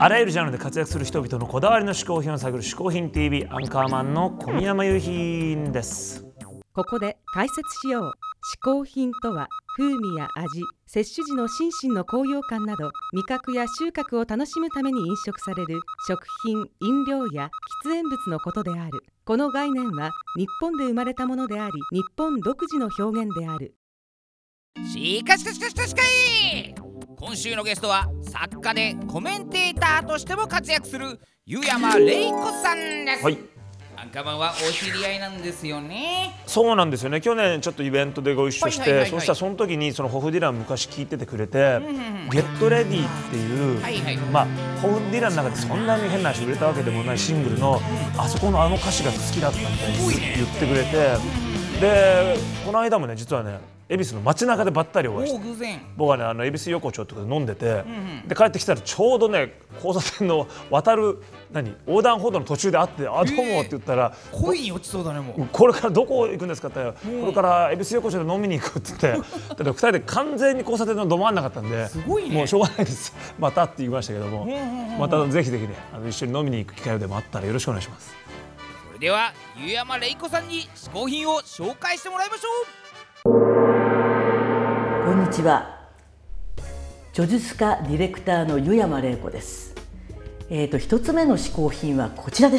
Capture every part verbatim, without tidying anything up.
あらゆるジャンルで活躍する人々のこだわりの嗜好品を探る嗜好品 ティービー アンカーマンの小宮山雄飛です。 ここで解説しよう。嗜好品とは風味や味、摂取時の心身の高揚感など味覚や収穫を楽しむために飲食される食品、飲料や喫煙物のことである。この概念は日本で生まれたものであり、日本独自の表現である。 しかしかしかしかしかい今週のゲストは作家でコメンテーターとしても活躍する湯山玲子さんです。 はい、 アンカーマンはお知り合いなんですよね。 そうなんですよね。去年ちょっとイベントでご一緒して、 はいはいはいはい、 そしたらその時にそのホフディラン昔聞いててくれて、ゲットレディっていう、 はいはい、 まあホフディランの中でそんなに変な足売れたわけでもないシングルの、あそこのあの歌詞が好きだったみたいに言ってくれて、でこの間もね、実はね恵比寿の街中でばったりお会いして、 偶然僕はねあの恵比寿横丁とかで飲んでて、 うんうん、 で帰ってきたらちょうどね交差点の渡る何横断歩道の途中で会って、あどうもって言ったら、 えー、恋に落ちそうだね。もうこれからどこ行くんですかって言ったら、これから恵比寿横丁で飲みに行くって言ってでふたりで完全に交差点のど真ん中だったんで、 すごいね、 もうしょうがないですまたって言いましたけども、またぜひぜひねあの一緒に飲みに行く機会でもあったらよろしくお願いします。 それでは湯山玲子さんに嗜好品を紹介してもらいましょう。 こんにちは。著述家ディレクターの湯山玲子です。えーと一つ目の嗜好品はこちらです。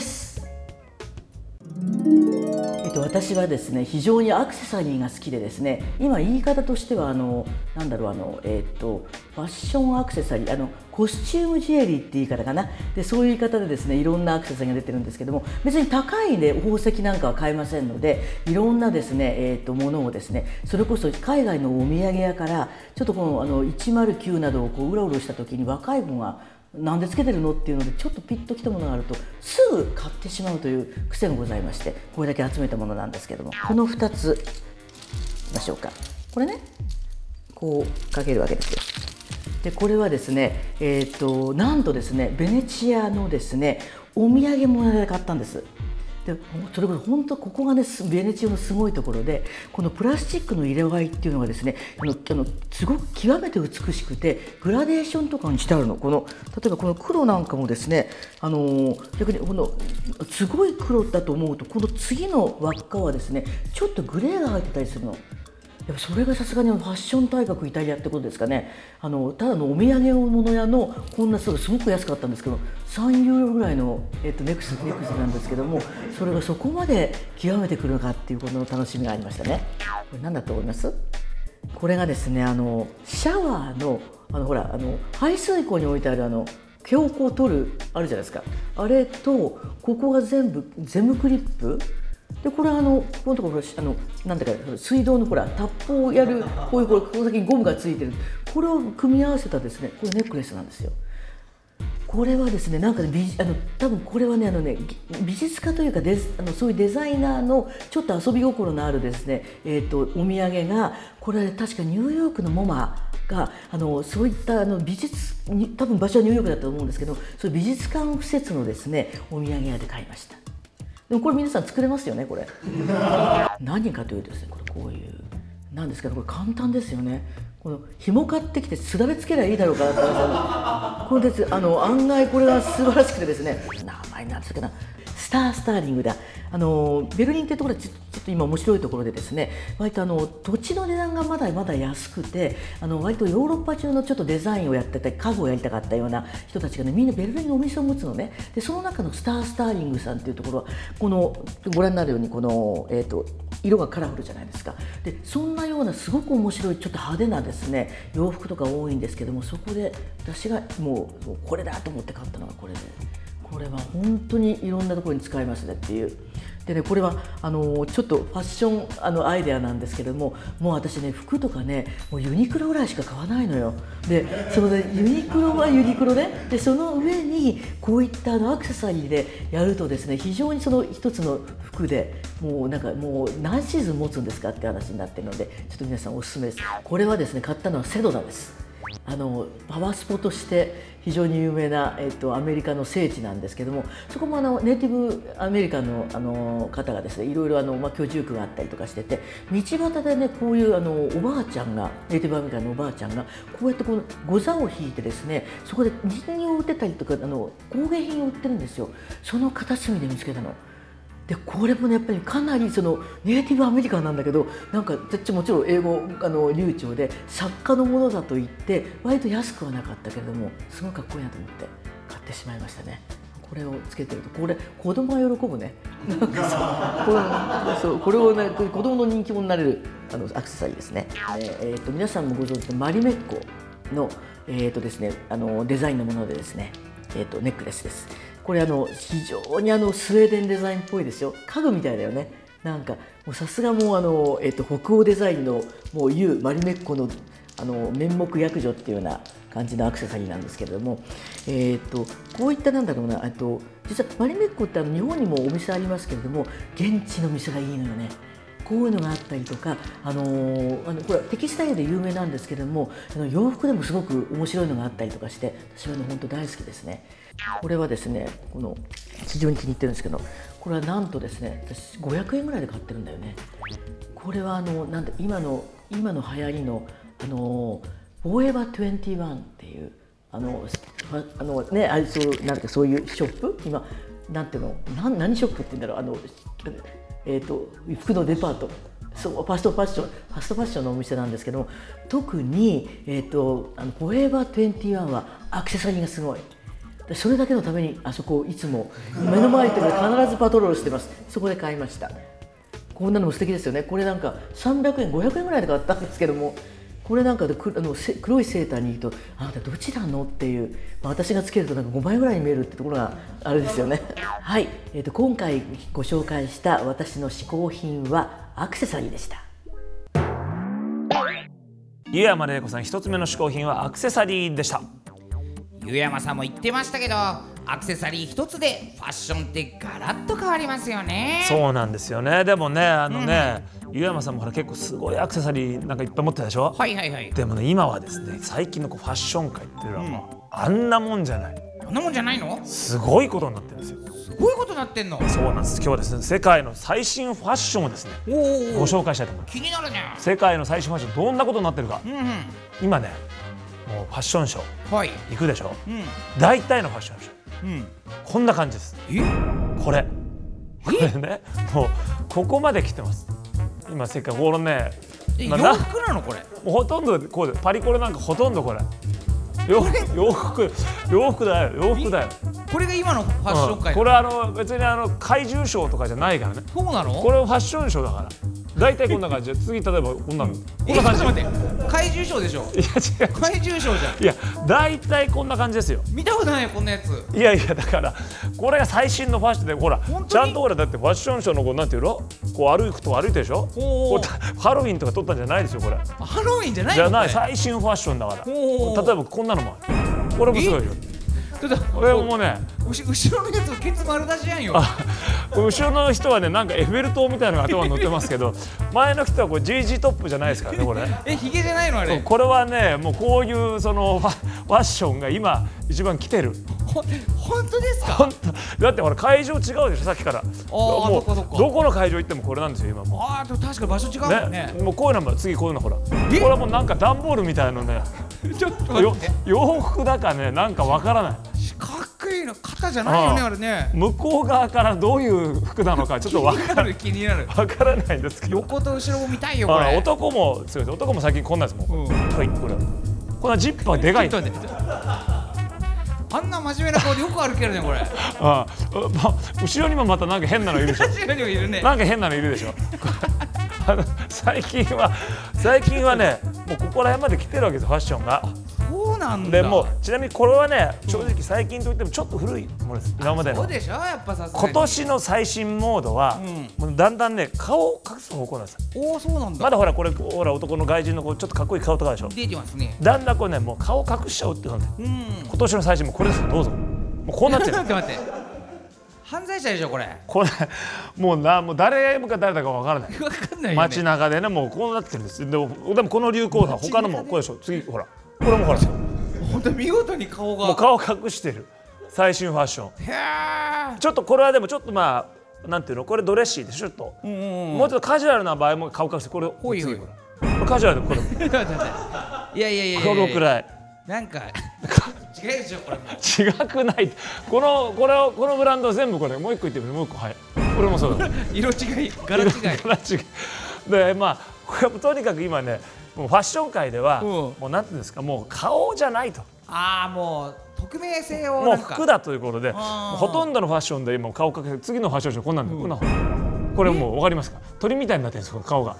えーと私はですね非常にアクセサリーが好きでですね、今言い方としてはあのなんだろうあのえーとファッションアクセサリー、あのコスチュームジュエリーって言い方かな。でそういう言い方でですねいろんなアクセサリーが出てるんですけども、別に高いね宝石なんかは買えませんので、いろんなですねえーとものをですね、それこそ海外のお土産屋からちょっとこのあのいちまるきゅうなどをこううろうろした時に若い子がなんでつけてるのっていうのでちょっとピッときたものがあるとすぐ買ってしまうという癖がございまして、これだけ集めたものなんですけども、このふたついきましょうか。これねこうかけるわけですよ。でこれはですねえー、となんとですねベネチアのですねお土産物で買ったんです。でそれこそ本当ここがねベネチアのすごいところで、このプラスチックの色合いっていうのがですねあのあのすごく極めて美しくて、グラデーションとかにしてあるの。この例えばこの黒なんかもですねあの逆にこのすごい黒だと思うと、この次の輪っかはですねちょっとグレーが入ってたりするの。やっぱそれがさすがにファッション大国イタリアってことですかね。あのただのお土産物屋のこんなすごく安かったんですけど、さんユーロぐらいの、えっと、ネクスネクスなんですけども、それがそこまで極めてくるのかっていうことの楽しみがありましたね。これ何だと思います？これがですねあのシャワーのあのほらあの排水溝に置いてあるあの強行取るあるじゃないですか。あれとここが全部ゼムクリップで、これあのここのところあのなんだか水道のほらタップをやるこういうこれこの先にゴムがついてる、これを組み合わせたですねこれネックレスなんですよ。これはですねなんかね美あの多分これはねあのね美術家というかデあのそういうデザイナーのちょっと遊び心のあるですねえっとお土産が、これは確かニューヨークのモマがあのそういったあの美術多分場所はニューヨークだと思うんですけど、そういう美術館施設のですねお土産屋で買いました。でもこれ皆さん作れますよねこれ何かというとですね、これこういうなんですけど、これ簡単ですよね。この紐買ってきてすだれつけりゃいいだろうかなって思これですあの案外これが素晴らしくてですね、名前なんですかな、スタースターリングだ。あのベルリンってところでちょっと今面白いところでですね、割とあの土地の値段がまだまだ安くて、あの割とヨーロッパ中のちょっとデザインをやってたり家具をやりたかったような人たちがねみんなベルリンにお店を持つのね。でその中のスタースターリングさんっていうところはこのご覧になるようにこの、えーと、色がカラフルじゃないですか。でそんなようなすごく面白いちょっと派手なですね洋服とか多いんですけども、そこで私がもうこれだと思って買ったのがこれで、これは本当にいろんなところに使えますねっていう。でね、これはあのちょっとファッションあのアイデアなんですけども、もう私ね服とかねもうユニクロぐらいしか買わないのよ。でその、ね、ユニクロはユニクロね、でその上にこういったあのアクセサリーでやるとですね、非常にその一つの服でもうなんかもう何シーズン持つんですかって話になってるので、ちょっと皆さんおすすめです。これはですね買ったのはセドナです。 あのパワースポとして非常に有名な、えっと、アメリカの聖地なんですけども、そこもあのネイティブアメリカンのあの方がですねいろいろあの、まあ、居住区があったりとかしてて、道端でねこういうあのおばあちゃんがネイティブアメリカンのおばあちゃんがこうやってこのござを引いてですね、そこで人形を売ってたりとかあの工芸品を売ってるんですよ。その片隅で見つけたの。でこれもねやっぱりかなりそのネイティブアメリカンなんだけど、なんかもちろん英語あの流暢で作家のものだと言って割と安くはなかったけれどもすごいかっこいいなと思って買ってしまいましたね。これをつけてるとこれ子供は喜ぶね。なんかそうこれそうこれをね子供の人気者になれるあのアクセサリーですね。えー、と皆さんもご存知のマリメッコの、えーとですね、あのデザインのものでですね、えー、とネックレスです。これあの非常にあのスウェーデンデザインっぽいですよ。家具みたいだよね。なんかもうさすがもうあの、えっと、北欧デザインのもういうマリメッコのあの面目躍如っていうような感じのアクセサリーなんですけれども、えっとこういったなんだろうな、と実はマリメッコってあの日本にもお店ありますけれども現地の店がいいのよね。こういうのがあったりとか、あのー、あのこれテキスタイルで有名なんですけれども、あの洋服でもすごく面白いのがあったりとかして、私はね本当大好きですね。これはですね、この非常に気に入ってるんですけど、これはなんとですね、私ごひゃくえんぐらいで買ってるんだよね。これはあのなんで今の今の流行りのあのフォーエバーにじゅういちっていうあのあのねあそうなんかそういうショップ、今なんていうのなん何ショップって言うんだろう、あのえーと服のデパート、そうファストファッションファストファッションのお店なんですけども、特に、えー、とあのフォーエバーにじゅういちはアクセサリーがすごい。それだけのためにあそこをいつも目の前で必ずパトロールしてます。そこで買いました。こんなのも素敵ですよね。これなんかさんびゃくえんごひゃくえんぐらいで買ったんですけども、これなんかでくあの黒いセーターにいるとあなたどちらのっていう、まあ、私がつけるとなんかごばいぐらいに見えるってところがあれですよね。はい、えー、と今回ご紹介した私の嗜好品はアクセサリーでした。 湯山玲子さん一つ目の嗜好品はアクセサリーでした。 湯山さんも言ってましたけど、アクセサリー一つでファッションってガラッと変わりますよね。 そうなんですよね。でもねあのね、うん、湯山さんもほら結構すごいアクセサリーなんかいっぱい持ってたでしょ。 はいはいはい。 でもね今はですね最近のこうファッション界っていうのはもう、うん、あんなもんじゃない。 あんなもんじゃないの？ すごいことになってるんですよ。 すごいことになってんの？ そうなんです。今日はですね世界の最新ファッションをですねおーおーご紹介したいと思います。 気になるね。 世界の最新ファッションどんなことになってるか、 うんうん、 今ねもうファッションショー、はい、行くでしょ、うん、大体のファッションショー、うん、こんな感じです。 えこれこれねもうここまで来てます。今世界このねまあ、洋服なのこれ？ もうほとんどこうでパリコレなんかほとんどこれ洋服洋服洋服だよ洋服だよ。 これが今のファッション界、 うん、これあの別にあの怪獣ショーとかじゃないからね。 そうなの？ これファッションショーだから。大体こんな感じで次例えばこんなの、うん、こんな感じ。 ちょっと待って、怪獣ショーでしょ？ いや違う、 怪獣ショーじゃん。 いや大体こんな感じですよ。 見たことないよこんなやつ。 いやいやだからこれが最新のファッションでほらちゃんとほらだってファッションショーのこうなんていうのこう歩くと歩いてでしょ。こうハロウィンとか撮ったんじゃないですよこれ。 ハロウィンじゃないの？ じゃない最新ファッションだから。例えばこんなのもある。これもすごいよ。これもね後ろのやつケツ丸出しやんよ。 後ろの人はねなんかエッフェル塔みたいなのが頭に乗ってますけど前の人はこれ ジージー トップじゃないですからねこれ。 えヒゲじゃないのあれ？ これはねもうこういうそのファ、ファッションが今一番来てる。 ほ本当ですか？ 本当だってほら会場違うでしょさっきから。あもうどこどこどこの会場行ってもこれなんですよ今もう。 ああでも確かに場所違うもんね。 ねもうこういうのも次こういうのほらこれはもうなんか段ボールみたいのねちょっと待って洋服だかねなんかわからない。 かっこいいの肩じゃないよねあれね。 向こう側からどういう服なのかちょっとわからない気になるわからないんですけど。 横と後ろも見たいよこれ。 男も強いです。男も最近こんなんですもん。うん、はいこれこんなジップはでかい。 ちょっと待ってあんな真面目な顔でよく歩けるねこれ。ああ、ま、後ろにもまたなんか変なのいるでしょ。 後ろにもいるね。 なんか変なのいるでしょ。あの最近は最近はねもうここら辺まで来てるわけですファッションが。 そうなんだ。 でもちなみにこれはね正直最近といってもちょっと古いものです今までの。 そうでしょやっぱさすがに。 今年の最新モードは、うん、もうだんだんね顔を隠す方向なんですよ。 おおそうなんだ。 まだほらこれほら男の外人のこうちょっとかっこいい顔とかでしょ。 出てますね。 だんだんこれねもう顔を隠しちゃうって感じ。うん、今年の最新もこれですよどうぞ。もうこうなってる。 待って待って犯罪者でしょこれ。 これもうなもう誰か誰だかわからない。 わかんないよね。 街中でねもうこうなってるんです。でもでもこの流行は他のもこうでしょ次ほら。 これもほら本当に見事に顔がもう顔隠してる最新ファッション。 へえ。 ちょっとこれはでもちょっとまあなんていうのこれドレッシーでしょちょっと、 うんうんうん、 もうちょっとカジュアルな場合も顔隠してこれほいほい次これこれカジュアルでこれいやいやいやいやこのくらいなんか違うでしょこれも違くないこのこれをこのブランド全部これもう一個言ってみるもう一個はいこれもそうだ色違い柄違い柄違いでまあこれもとにかく今ねもうファッション界では、 うん、 もうなんていうんですかもう顔じゃないとああもう匿名性をもう服だということでもうあーほとんどのファッションで今顔かけて次のファッションショーこんなんで、うん、こんなこれもう分かりますか鳥みたいになってるんですこの顔が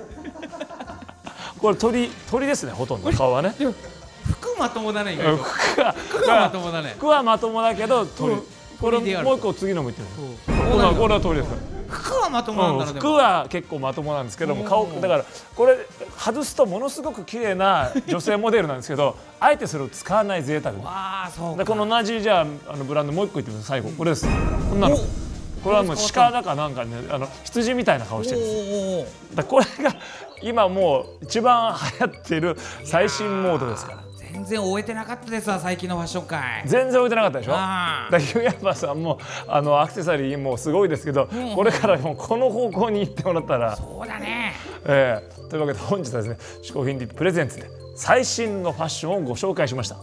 これ鳥鳥ですねほとんど顔はねでも服まともだね意外と服が服はまともだね服はまともだけど鳥、 うんこれ鳥であるもう一個次のも言ってるうんこれはこれは鳥です服はまともなんだな、 うん、服は結構まともなんですけども顔だからこれ外すとものすごく綺麗な女性モデルなんですけどあえてそれを使わない贅沢でああそうかでこの同じじゃああのブランドもう一個言ってみます最後これですこんなのおこれはもう鹿だかなんかねあの羊みたいな顔してるんですおーおーだからこれが今もう一番流行っている最新モードですから全然終えてなかったですわ最近のファッション界全然置いてなかったでしょあーだから湯山さんもあのアクセサリーもすごいですけど、 うんこれからもうこの方向に行ってもらったら、 そうだねえー、というわけで本日はですね嗜好品リッププレゼンツで最新のファッションをご紹介しました。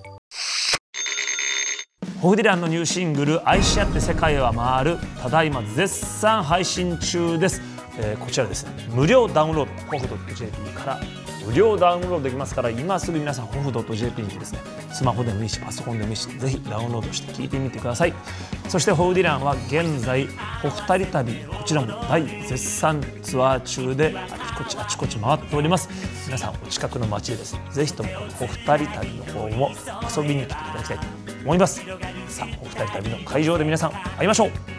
ホフディランのニューシングル「愛し合って世界は回る」ただいま絶賛配信中です、えー、こちらですね無料ダウンロードホフ .jp から無料ダウンロードできますから今すぐ皆さんホフ .jp にですねスマホでもいいしパソコンでもいいしぜひダウンロードして聞いてみてください。そしてホフディランは現在ホフタリ旅こちらも大絶賛ツアー中であちこちあちこち回っております。皆さんお近くの街でですねぜひともホフタリ旅の方も遊びに来ていただきたいと思います。さあホフタリ旅の会場で皆さん会いましょう。